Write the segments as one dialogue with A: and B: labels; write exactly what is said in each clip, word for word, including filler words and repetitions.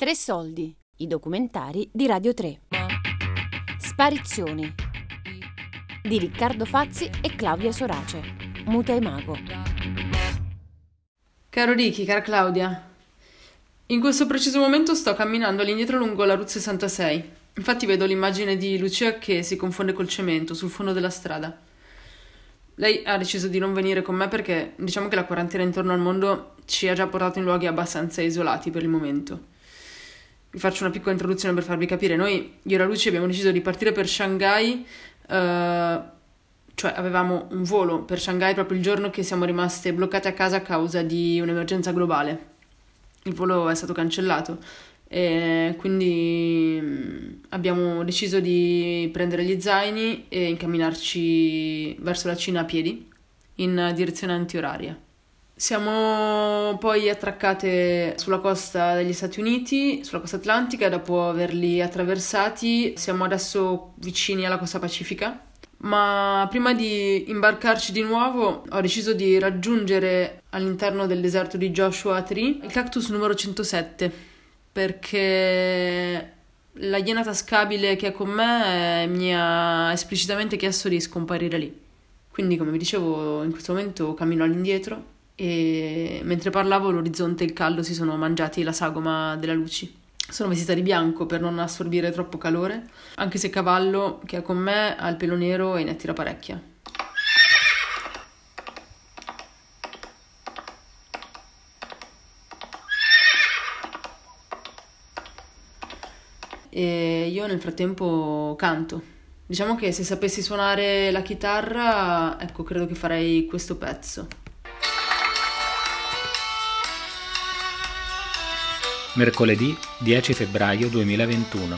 A: Tre soldi, i documentari di Radio tre. Sparizioni di Riccardo Fazzi e Claudia Sorace. Muta e Mago.
B: Caro Ricky, cara Claudia, in questo preciso momento sto camminando all'indietro lungo la Route sessantasei. Infatti vedo l'immagine di Lucia che si confonde col cemento sul fondo della strada. Lei ha deciso di non venire con me perché diciamo che la quarantena intorno al mondo ci ha già portato in luoghi abbastanza isolati per il momento. Vi faccio una piccola introduzione per farvi capire. Noi, io e la Lucia, abbiamo deciso di partire per Shanghai, eh, cioè avevamo un volo per Shanghai proprio il giorno che siamo rimaste bloccate a casa a causa di un'emergenza globale. Il volo è stato cancellato e quindi mh, abbiamo deciso di prendere gli zaini e incamminarci verso la Cina a piedi in direzione antioraria. Siamo poi attraccate sulla costa degli Stati Uniti, sulla costa atlantica, e dopo averli attraversati siamo adesso vicini alla costa pacifica. Ma prima di imbarcarci di nuovo ho deciso di raggiungere all'interno del deserto di Joshua Tree il cactus numero centosette, perché la iena tascabile che è con me mi ha esplicitamente chiesto di scomparire lì. Quindi, come vi dicevo, in questo momento cammino all'indietro e mentre parlavo l'orizzonte e il caldo si sono mangiati la sagoma della luce. Sono vestita di bianco per non assorbire troppo calore, anche se Cavallo, che è con me, ha il pelo nero e ne attira parecchia. E io nel frattempo canto. Diciamo che se sapessi suonare la chitarra, ecco, credo che farei questo pezzo.
C: Mercoledì dieci febbraio duemilaventuno.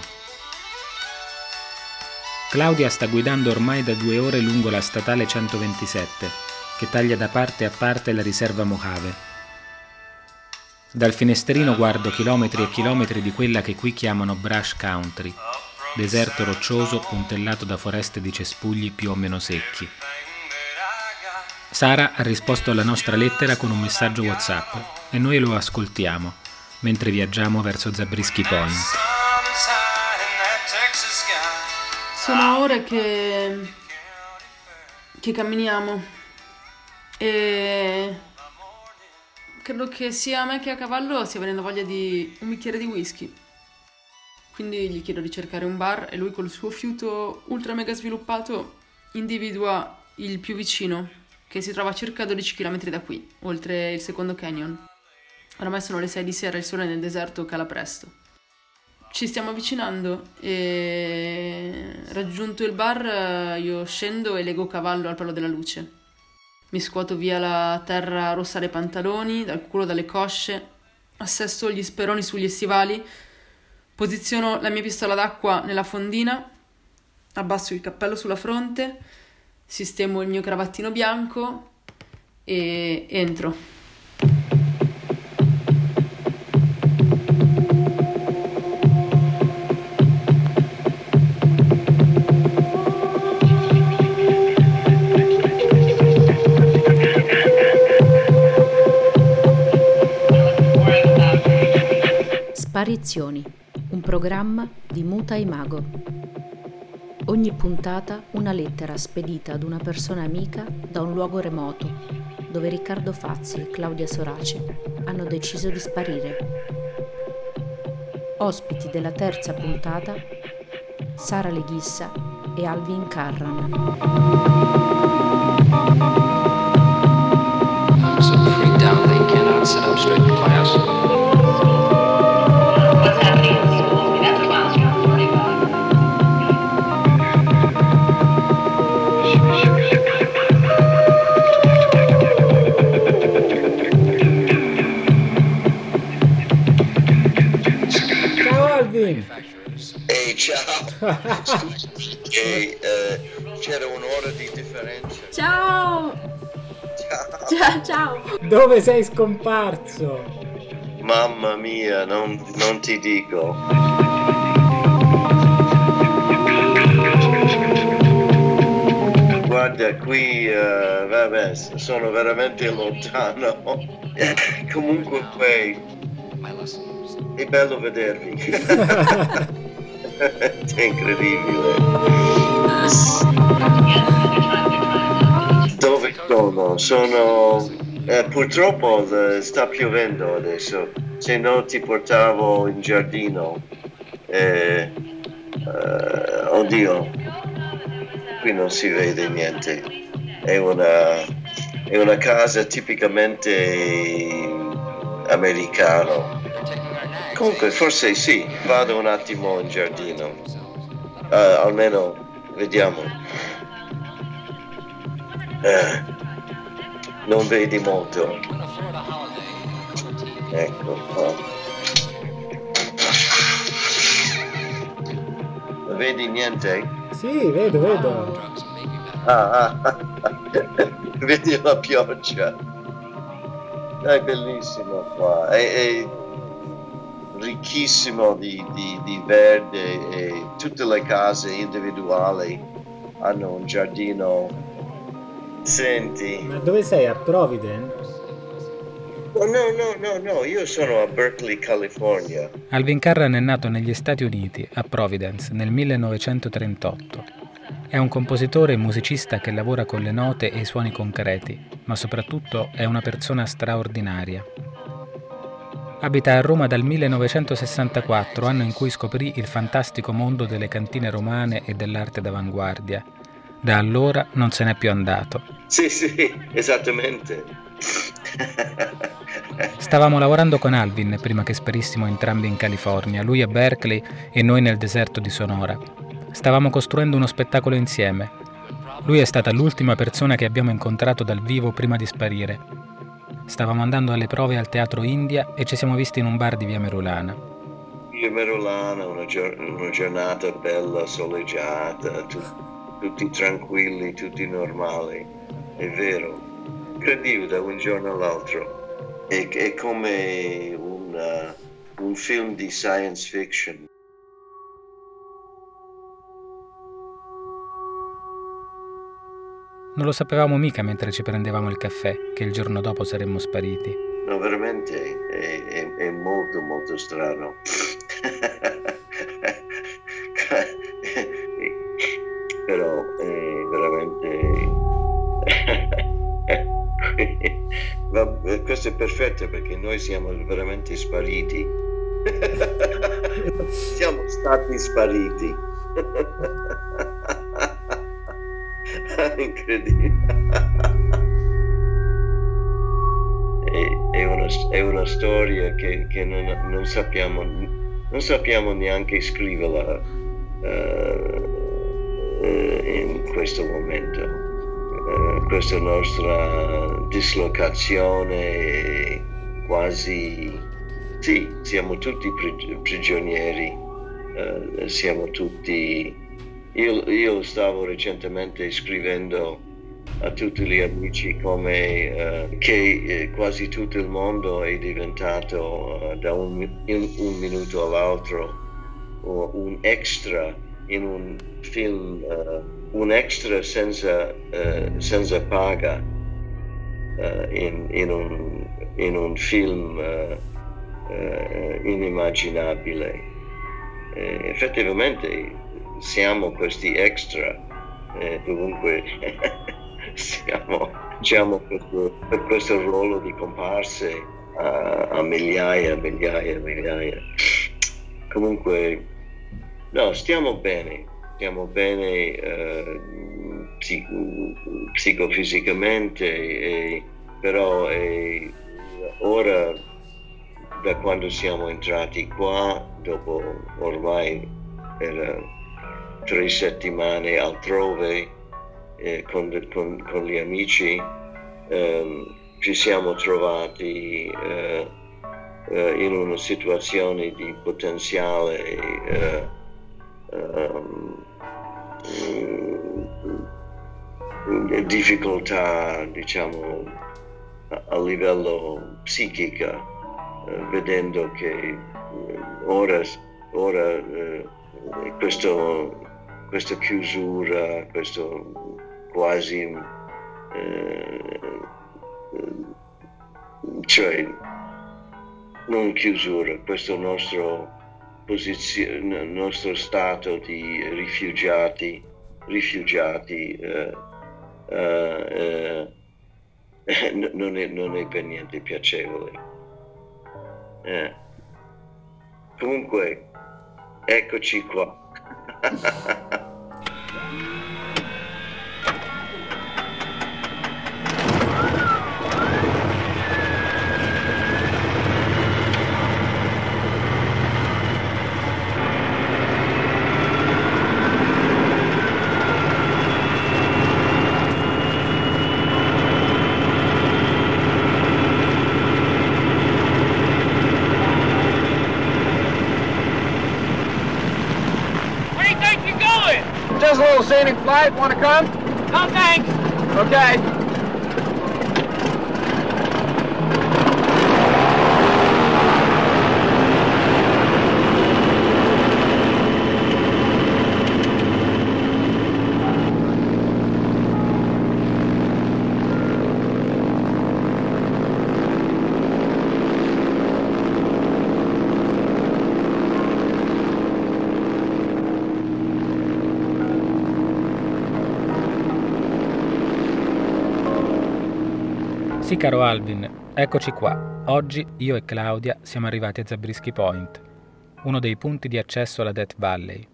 C: Claudia sta guidando ormai da due ore lungo la statale centoventisette, che taglia da parte a parte la riserva Mojave. Dal finestrino guardo chilometri e chilometri di quella che qui chiamano Brush Country, deserto roccioso puntellato da foreste di cespugli più o meno secchi. Sara ha risposto alla nostra lettera con un messaggio WhatsApp e noi lo ascoltiamo mentre viaggiamo verso Zabriskie Point.
B: Sono ore che che camminiamo e credo che sia a me che a Cavallo stia venendo voglia di un bicchiere di whisky. Quindi gli chiedo di cercare un bar e lui col suo fiuto ultra mega sviluppato individua il più vicino, che si trova a circa dodici chilometri da qui, oltre il secondo canyon. Oramai sono le sei di sera e il sole nel deserto cala presto. Ci stiamo avvicinando e raggiunto il bar io scendo e lego Cavallo al palo della luce. Mi scuoto via la terra rossa dai pantaloni, dal culo, dalle cosce, assesto gli speroni sugli stivali, posiziono la mia pistola d'acqua nella fondina, abbasso il cappello sulla fronte, sistemo il mio cravattino bianco e entro.
A: Sparizioni, un programma di Muta e Mago. Ogni puntata una lettera spedita ad una persona amica da un luogo remoto, dove Riccardo Fazzi e Claudia Sorace hanno deciso di sparire. Ospiti della terza puntata, Sara Leghissa e Alvin Carran.
D: I'm so freaked out they cannot sit up straight in class.
E: Ehi, ciao! Scusami che eh, c'era un'ora di differenza.
F: Ciao!
E: Ciao!
F: Ciao, ciao!
G: Dove sei scomparso?
E: Mamma mia, non, non ti dico. Guarda, qui, uh, vabbè, sono veramente lontano. Comunque, poi, è bello vedervi. È incredibile. Dove sono? Sono eh, purtroppo eh, sta piovendo adesso. Se no ti portavo in giardino. Eh, eh, oddio, qui non si vede niente. È una, è una casa tipicamente americano. Comunque forse sì, vado un attimo in giardino. Uh, almeno vediamo. Uh, non vedi molto. Ecco qua. Non vedi niente?
G: Sì, vedo, vedo.
E: Ah, ah. Vedi la pioggia. È bellissimo qua. È, è ricchissimo di, di, di verde e tutte le case individuali hanno un giardino. Senti.
G: Ma dove sei? A Providence?
E: Oh, no, no, no, no, io sono a Berkeley, California.
C: Alvin Carran è nato negli Stati Uniti, a Providence, nel millenovecentotrentotto. È un compositore e musicista che lavora con le note e i suoni concreti, ma soprattutto è una persona straordinaria. Abita a Roma dal millenovecentosessantaquattro, anno in cui scoprì il fantastico mondo delle cantine romane e dell'arte d'avanguardia. Da allora non se n'è più andato.
E: Sì, sì, esattamente.
C: Stavamo lavorando con Alvin prima che sparissimo entrambi in California, lui a Berkeley e noi nel deserto di Sonora. Stavamo costruendo uno spettacolo insieme. Lui è stata l'ultima persona che abbiamo incontrato dal vivo prima di sparire. Stavamo andando alle prove al Teatro India e ci siamo visti in un bar di via Merulana.
E: Via Merulana, una, gior- una giornata bella, soleggiata, tu- tutti tranquilli, tutti normali. È vero, incredibile da un giorno all'altro. È, è come un, uh, un film di science fiction.
C: Non lo sapevamo mica mentre ci prendevamo il caffè, che il giorno dopo saremmo spariti.
E: No, veramente è, è, è molto molto strano. Però è veramente questo è perfetto perché noi siamo veramente spariti. Siamo stati spariti. Incredibile. È, è, una, è una storia che, che non, non sappiamo non sappiamo neanche scriverla uh, uh, in questo momento. Uh, questa nostra dislocazione quasi sì, siamo tutti prigionieri, uh, siamo tutti. Io, io stavo recentemente scrivendo a tutti gli amici come uh, che eh, quasi tutto il mondo è diventato uh, da un, in, un minuto all'altro uh, un extra in un film, uh, un extra senza, uh, senza paga uh, in, in, un, in un film uh, uh, inimmaginabile. Uh, effettivamente siamo questi extra, eh, dovunque siamo, diciamo, questo, per questo ruolo di comparse a, a migliaia, migliaia, migliaia. Comunque, no, stiamo bene, stiamo bene eh, psic- psicofisicamente, e, però e, ora, da quando siamo entrati qua, dopo ormai era tre settimane altrove eh, con, con, con gli amici, ehm, ci siamo trovati eh, eh, in una situazione di potenziale eh, um, eh, difficoltà, diciamo, a, a livello psichico, eh, vedendo che eh, ora, ora eh, questo questa chiusura, questo quasi eh, cioè non chiusura, questo nostro, posizio- nostro stato di rifugiati, rifugiati eh, eh, eh, non, è, non è per niente piacevole. Eh. Comunque, eccoci qua.
F: Just a little scenic flight. Want to come? No, thanks. Okay.
C: Sì, caro Alvin, eccoci qua. Oggi io e Claudia siamo arrivati a Zabriskie Point, uno dei punti di accesso alla Death Valley.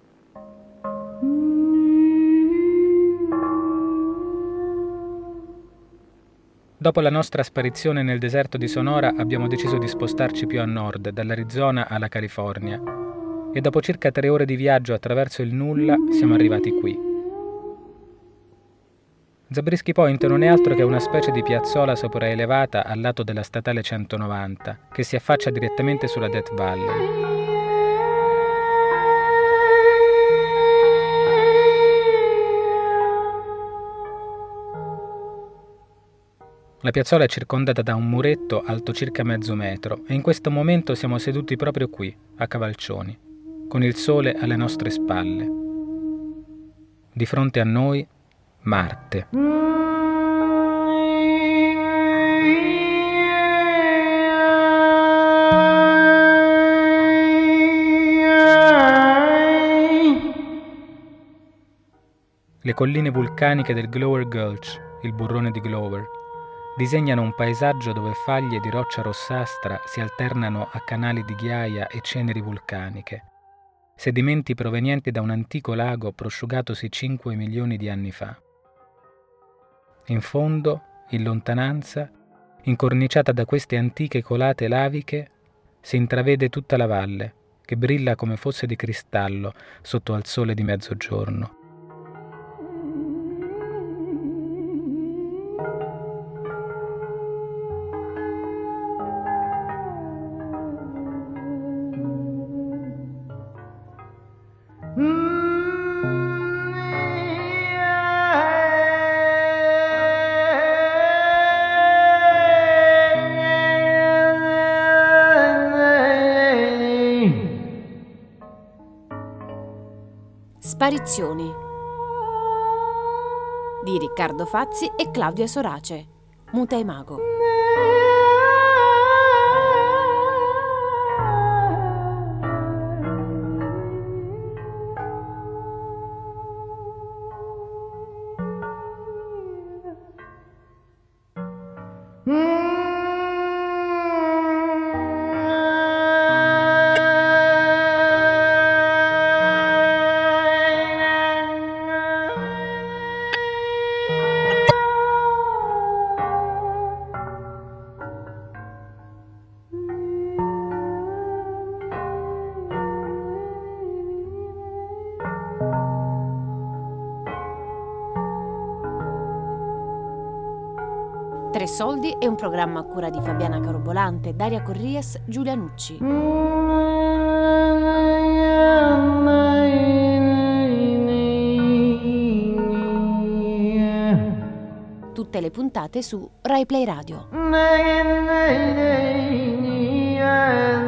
C: Dopo la nostra sparizione nel deserto di Sonora abbiamo deciso di spostarci più a nord, dall'Arizona alla California, e dopo circa tre ore di viaggio attraverso il nulla siamo arrivati qui. Zabriskie Point non è altro che una specie di piazzola sopraelevata al lato della statale centonovanta, che si affaccia direttamente sulla Death Valley. La piazzola è circondata da un muretto alto circa mezzo metro e in questo momento siamo seduti proprio qui, a cavalcioni, con il sole alle nostre spalle. Di fronte a noi, Marte. Le colline vulcaniche del Glower Gulch, il burrone di Glower, disegnano un paesaggio dove faglie di roccia rossastra si alternano a canali di ghiaia e ceneri vulcaniche, sedimenti provenienti da un antico lago prosciugatosi cinque milioni di anni fa. In fondo, in lontananza, incorniciata da queste antiche colate laviche, si intravede tutta la valle, che brilla come fosse di cristallo sotto al sole di mezzogiorno.
A: Sparizioni di Riccardo Fazzi e Claudia Sorace. Muta e Mago. Tre soldi è un programma a cura di Fabiana Carobolante, Daria Corrias, Giulia Nucci. Tutte le puntate su Rai Play Radio.